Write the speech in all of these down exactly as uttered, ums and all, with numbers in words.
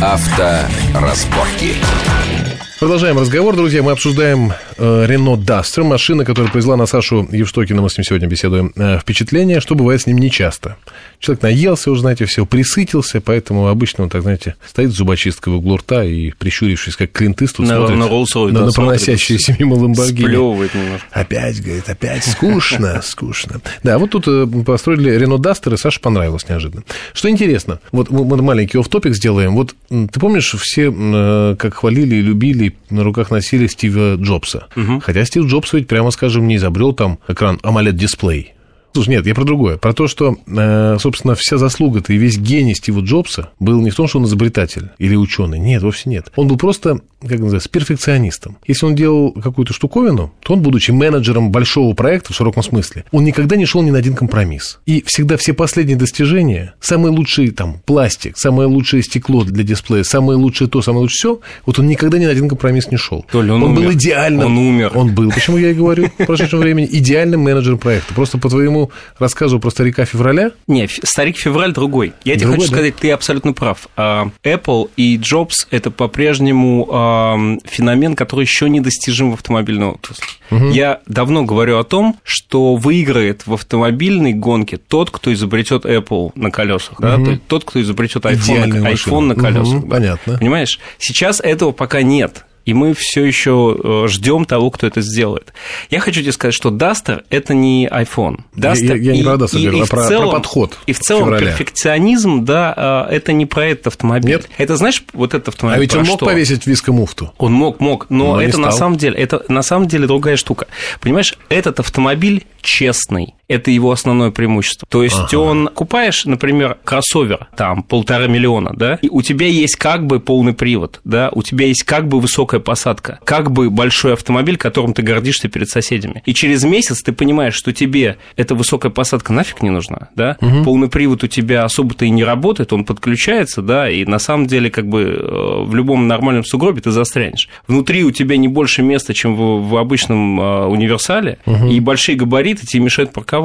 Авторазборки. Продолжаем разговор, друзья. Мы обсуждаем э, Renault Duster, машина, которая произвела на Сашу Евштокина, мы с ним сегодня беседуем, э, впечатление, что бывает с ним нечасто. Человек наелся, уже, знаете, все, присытился, поэтому обычно он, так, знаете, стоит с зубочисткой в углу рта и, прищурившись, как Клинт Иствуд, на, смотрит на, Rolls-Royce, на, да, на проносящиеся мимо Ламборгини. Сплёвывает немножко. Опять, говорит, опять скучно, скучно. Да, вот тут э, построили Renault Duster, и Саше понравилось неожиданно. Что интересно, вот мы маленький офф-топик сделаем. Вот ты помнишь, все э, как хвалили и любили, на руках носили Стива Джобса. Угу. Хотя Стив Джобс ведь, прямо скажем, не изобрел там экран AMOLED-дисплей. Слушай, нет, я про другое. Про то, что, собственно, вся заслуга-то и весь гений Стива Джобса был не в том, что он изобретатель или ученый. Нет, вовсе нет. Он был просто, как называется, перфекционистом. Если он делал какую-то штуковину, то он, будучи менеджером большого проекта в широком смысле, он никогда не шел ни на один компромисс. И всегда все последние достижения, самый лучший там пластик, самое лучшее стекло для дисплея, самое лучшее то, самое лучшее все, вот он никогда ни на один компромисс не шел. То ли он, он умер. был идеальным. Он умер. Он был, почему я и говорю в прошедшем времени, идеальным менеджером проекта. Просто по твоему рассказу про старика Февраля? Не, старик Февраль другой. Я тебе хочу да? сказать, ты абсолютно прав. Apple и Джобс – это по-прежнему феномен, который еще недостижим в автомобильной отрасли. Угу. Я давно говорю о том, что выиграет в автомобильной гонке тот, кто изобретет Apple на колесах, угу. да? Тот, кто изобретет iPhone, iPhone на колесах. Угу, понятно. Понимаешь? Сейчас этого пока нет. И мы все еще ждем того, кто это сделает. Я хочу тебе сказать, что Duster – это не iPhone. Duster, я, я не и, про Duster говорю, а про, целом, про подход. И в целом февраля. Перфекционизм, да, это не про этот автомобиль. Нет? Это, знаешь, вот этот автомобиль. А ведь он мог что? повесить виско-муфту. Он мог, мог, но, но это на самом деле, это на самом деле другая штука. Понимаешь, этот автомобиль честный. Это его основное преимущество. То есть, ага. он купаешь, например, кроссовер, там, полтора миллиона, да, и у тебя есть как бы полный привод, да, у тебя есть как бы высокая посадка, как бы большой автомобиль, которым ты гордишься перед соседями. И через месяц ты понимаешь, что тебе эта высокая посадка нафиг не нужна, да, угу. полный привод у тебя особо-то и не работает, он подключается, да, и на самом деле, как бы, в любом нормальном сугробе ты застрянешь. Внутри у тебя не больше места, чем в, в обычном универсале, угу. и большие габариты тебе мешают парковаться.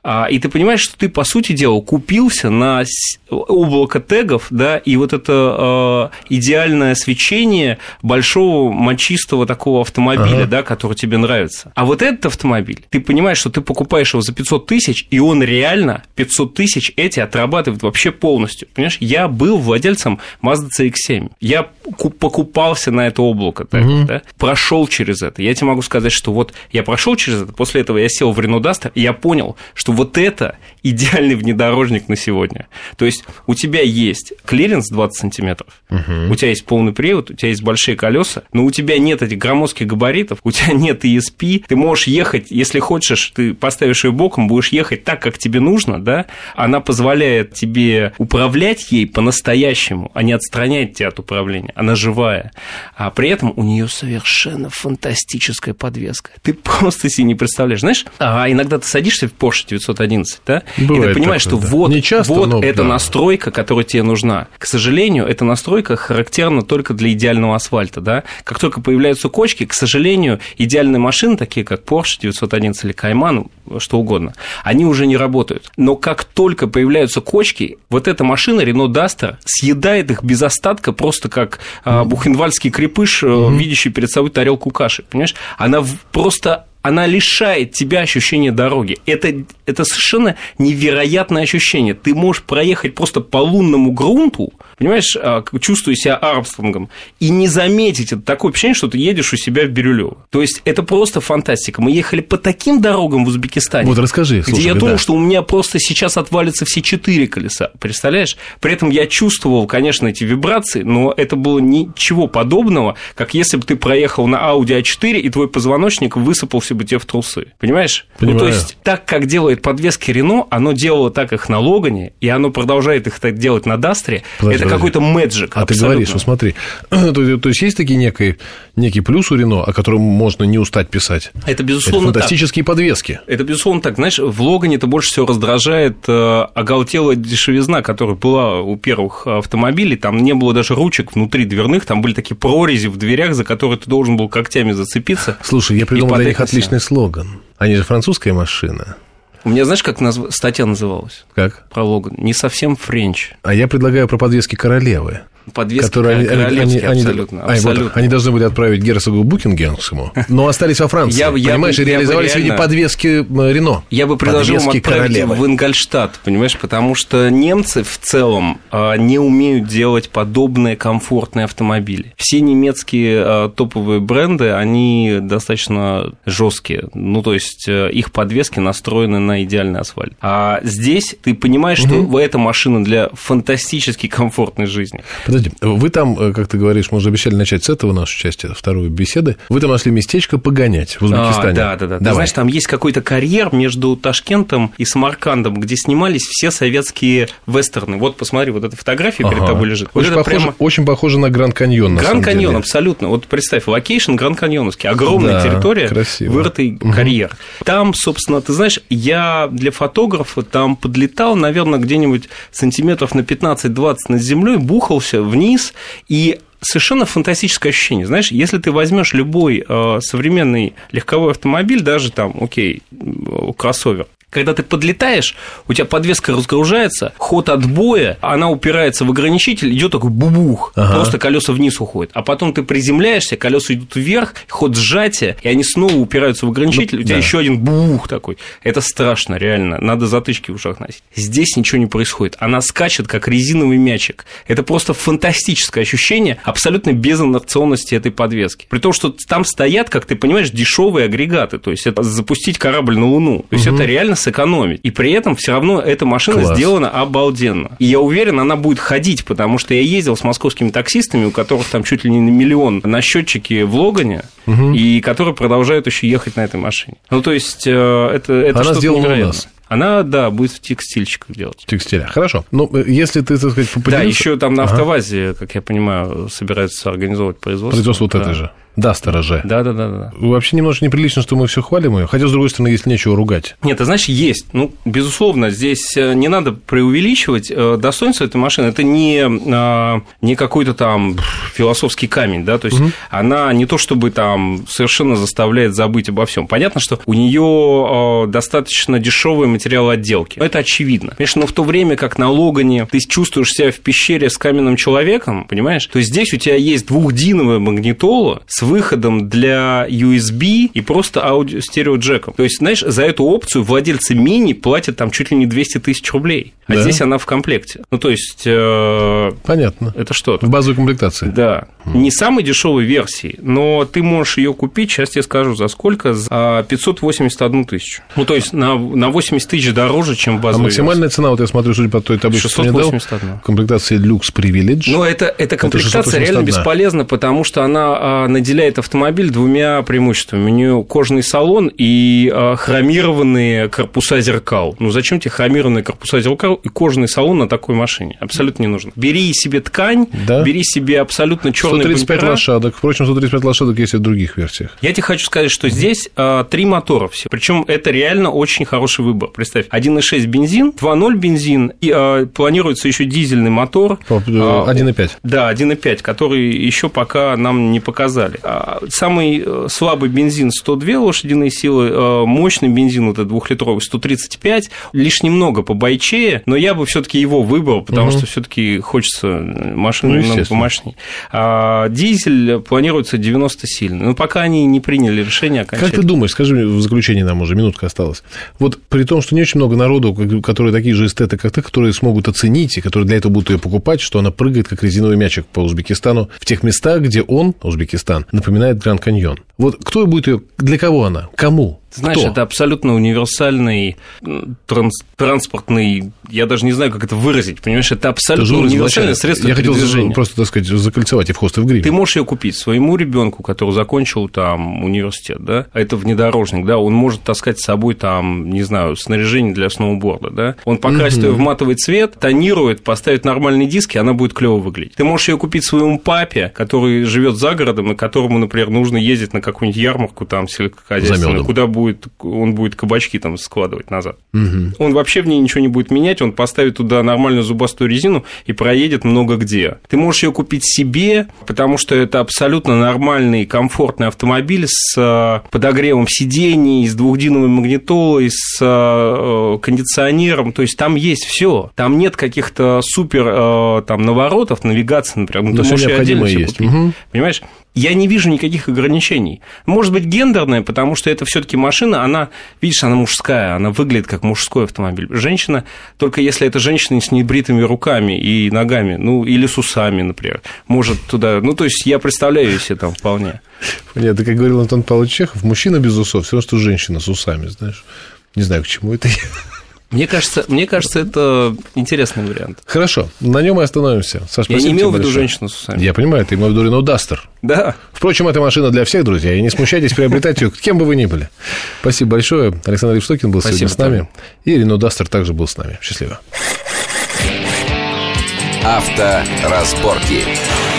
И ты понимаешь, что ты, по сути дела, купился на облако тегов, да, и вот это э, идеальное свечение большого мочистого такого автомобиля, ага. да, который тебе нравится. А вот этот автомобиль, ты понимаешь, что ты покупаешь его за пятьсот тысяч, и он реально пятьсот тысяч эти отрабатывает вообще полностью. Понимаешь, я был владельцем Mazda си икс семь, я покупался на это облако тегов, угу. да, прошел через это. Я тебе могу сказать, что вот я прошел через это, после этого я сел в Renault Duster, и я понял, что вот это идеальный внедорожник на сегодня. То есть у тебя есть клиренс двадцать сантиметров, угу. у тебя есть полный привод, у тебя есть большие колеса, но у тебя нет этих громоздких габаритов, у тебя нет и эс пи, ты можешь ехать, если хочешь, ты поставишь ее боком, будешь ехать так, как тебе нужно, да, она позволяет тебе управлять ей по-настоящему, а не отстраняет тебя от управления, она живая, а при этом у нее совершенно фантастическая подвеска, ты просто себе не представляешь, знаешь, а иногда ты садишься в Porsche девятьсот одиннадцать, да, бывает, и ты понимаешь, такое, что да. вот, часто, вот но, эта да. настройка, которая тебе нужна. К сожалению, эта настройка характерна только для идеального асфальта, да. Как только появляются кочки, к сожалению, идеальные машины, такие как Porsche девятьсот одиннадцать или Cayman, что угодно, они уже не работают. Но как только появляются кочки, вот эта машина, Renault Duster, съедает их без остатка, просто как mm-hmm. бухенвальдский крепыш, mm-hmm. видящий перед собой тарелку каши, понимаешь? Она просто... она лишает тебя ощущения дороги. Это, это совершенно невероятное ощущение. Ты можешь проехать просто по лунному грунту, понимаешь, чувствуя себя Армстронгом, и не заметить это такое ощущение, что ты едешь у себя в Бирюлёво. То есть, это просто фантастика. Мы ехали по таким дорогам в Узбекистане, вот расскажи, где слушай, я да. думал, что у меня просто сейчас отвалятся все четыре колеса. Представляешь? При этом я чувствовал, конечно, эти вибрации, но это было ничего подобного, как если бы ты проехал на Audi а четыре, и твой позвоночник высыпался бы тебе в трусы. Понимаешь? Ну, то есть, так, как делает подвески Рено, оно делало так их на Логане, и оно продолжает их так делать на Дастере. Это какой-то мэджик. А абсолютно. Ты говоришь, ну смотри, то, то есть, есть такие некий, некий плюс у Рено, о котором можно не устать писать? Это, безусловно, это фантастические так. подвески. Это, безусловно, так. Знаешь, в Логане-то больше всего раздражает э, оголтелая дешевизна, которая была у первых автомобилей. Там не было даже ручек внутри дверных, там были такие прорези в дверях, за которые ты должен был когтями зацепиться. Слушай, я придумал для них отличный слоган. Они же французская машина. У меня, знаешь, как назв... статья называлась? Как? Про Логан. Не совсем френч. А я предлагаю про подвески королевы. Подвески королевские, они, абсолютно. Они, абсолютно. Вот, они должны были отправить герцогу Букингемскому, но остались во Франции, я, понимаешь, я, и реализовали свои подвески Рено. Я бы предложил вам отправить королевы. В Ингольштадт, понимаешь, потому что немцы в целом не умеют делать подобные комфортные автомобили. Все немецкие топовые бренды, они достаточно жесткие, ну, то есть их подвески настроены на идеальный асфальт. А здесь ты понимаешь, угу. что эта машина для фантастически комфортной жизни. Подожди, вы там, как ты говоришь, мы уже обещали начать с этого нашу часть, вторую беседы, вы там нашли местечко погонять в Узбекистане. А, да, да, да. Ты знаешь, там есть какой-то карьер между Ташкентом и Самаркандом, где снимались все советские вестерны. Вот, посмотри, вот эта фотография ага. перед тобой лежит. Очень, вот похоже, прямо... очень похоже на Гранд Каньон, на Гранд Каньон, деле. Абсолютно. Вот представь, локейшн Гранд Каньоновский. Огромная да, территория, красиво. Вырытый угу. карьер. Там, собственно, ты знаешь, я для фотографа там подлетал, наверное, где-нибудь сантиметров на пятнадцать-двадцать над землей, бухался вниз, и совершенно фантастическое ощущение. Знаешь, если ты возьмешь любой э, современный легковой автомобиль, даже там, окей, кроссовер, когда ты подлетаешь, у тебя подвеска разгружается, ход отбоя, она упирается в ограничитель, идет такой бубух, ага. просто колеса вниз уходят. А потом ты приземляешься, колеса идут вверх, ход сжатия, и они снова упираются в ограничитель, ну, у тебя да. еще один бубух такой. Это страшно, реально. Надо затычки в ушах носить. Здесь ничего не происходит. Она скачет, как резиновый мячик. Это просто фантастическое ощущение абсолютно без инерционности этой подвески. При том, что там стоят, как ты понимаешь, дешевые агрегаты. То есть это запустить корабль на Луну. То есть угу. это реально сэкономить. И при этом все равно эта машина Класс. Сделана обалденно. И я уверен, она будет ходить, потому что я ездил с московскими таксистами, у которых там чуть ли не на миллион на счетчике в Логане, угу. и которые продолжают еще ехать на этой машине. Ну, то есть, это, это она что-то невероятное. Она, да, будет в текстильчиках делать. В текстиле. Хорошо. Ну, если ты, так сказать, поделился... Да, еще там на АвтоВАЗе, ага. как я понимаю, собираются организовать производство. Производство вот да. это же. Дастера же. Да, да, да, да. Вообще немножко неприлично, что мы все хвалим ее. Хотя, с другой стороны, если нечего ругать. Нет, ты знаешь, есть. Ну, безусловно, здесь не надо преувеличивать достоинство этой машины. Это не, не какой-то там философский камень, да, то есть угу. она не то чтобы там совершенно заставляет забыть обо всем. Понятно, что у нее достаточно дешевый материал отделки. Это очевидно. Конечно, но в то время, как на Логане ты чувствуешь себя в пещере с каменным человеком, понимаешь, то здесь у тебя есть двухдиновая магнитола с выходом для ю эс би и просто аудио стереоджеком. То есть, знаешь, за эту опцию владельцы Мини платят там чуть ли не двести тысяч рублей. А да. здесь она в комплекте. Ну, то есть... Э... Понятно. Это что-то. В базовой комплектации. Да. Mm. Не самой дешевой версии, но ты можешь ее купить, сейчас я скажу, за сколько? За пятьсот восемьдесят одну тысячу. Ну, то есть, на, на восемьдесят тысяч дороже, чем в базовой А максимальная версии. Цена, вот я смотрю, судя по той таблице, шестьсот восемьдесят одна. Комплектация Lux Privilege. Ну, это, это комплектация это реально бесполезна, потому что она наделяет автомобиль двумя преимуществами. У нее кожаный салон и хромированные корпуса зеркал. Ну, зачем тебе хромированные корпуса зеркал и кожаный салон на такой машине? Абсолютно не нужно. Бери себе ткань, да? бери себе абсолютно черный бампера. сто тридцать пять лошадок. Впрочем, сто тридцать пять лошадок есть и в других версиях. Я тебе хочу сказать, что здесь а, три мотора все. Причем это реально очень хороший выбор. Представь, один и шесть бензин, два ноль бензин, и а, планируется еще дизельный мотор. один и пять. А, да, один и пять, который еще пока нам не показали. А, самый слабый бензин сто две лошадиные силы, а, мощный бензин, вот этот двухлитровый, сто тридцать пять, лишь немного побойчее, но я бы все-таки его выбрал, потому угу. что все-таки хочется машину ну, немного помощнее. А дизель планируется девяносто сильный. Но пока они не приняли решение окончательно. Как ты думаешь, скажи мне в заключение, нам уже минутка осталась. Вот при том, что не очень много народу, которые такие же эстеты, как ты, которые смогут оценить и которые для этого будут ее покупать, что она прыгает как резиновый мячик по Узбекистану в тех местах, где он, Узбекистан, напоминает Гранд Каньон. Вот кто будет ее, для кого она, кому? Знаешь, Кто? Это абсолютно универсальный транс- транспортный, я даже не знаю, как это выразить, понимаешь, это абсолютно универсальное средство я передвижения. Я хотел просто, так сказать, закольцевать и в хвост, и в гривен. Ты можешь ее купить своему ребенку, который закончил там университет, да, а это внедорожник, да, он может таскать с собой там, не знаю, снаряжение для сноуборда, да, он покрасит ее в матовый цвет, тонирует, поставит нормальные диски, она будет клево выглядеть. Ты можешь ее купить своему папе, который живет за городом, и которому, например, нужно ездить на какую-нибудь ярмарку там сельскохозяйственную, куда будет будет, он будет кабачки там складывать назад. Угу. Он вообще в ней ничего не будет менять, он поставит туда нормальную зубастую резину и проедет много где. Ты можешь ее купить себе, потому что это абсолютно нормальный, комфортный автомобиль с подогревом сидений, с двухдиновой магнитолой, с кондиционером, то есть там есть все. Там нет каких-то супер там наворотов, навигации, например. Ну, ты можешь и отдельно все купить. Угу. Понимаешь? Я не вижу никаких ограничений. Может быть, гендерное, потому что это все-таки машина, она, видишь, она мужская, она выглядит как мужской автомобиль. Женщина, только если это женщина с небритыми руками и ногами, ну, или с усами, например, может туда... Ну, то есть, я представляю себе там вполне. Понятно, как говорил Антон Павлович Чехов, мужчина без усов, все равно, что женщина с усами, знаешь. Не знаю, к чему это. Мне кажется, мне кажется, это интересный вариант. Хорошо, на нем и остановимся. Саш, я не имел в виду женщину с усами. Я понимаю, ты имел в виду Renault Duster. Да. Впрочем, эта машина для всех, друзья, и не смущайтесь приобретать ее, кем бы вы ни были. Спасибо большое. Александр Евштокин был Спасибо, сегодня с нами. И Renault Duster также был с нами. Счастливо. Авторазборки.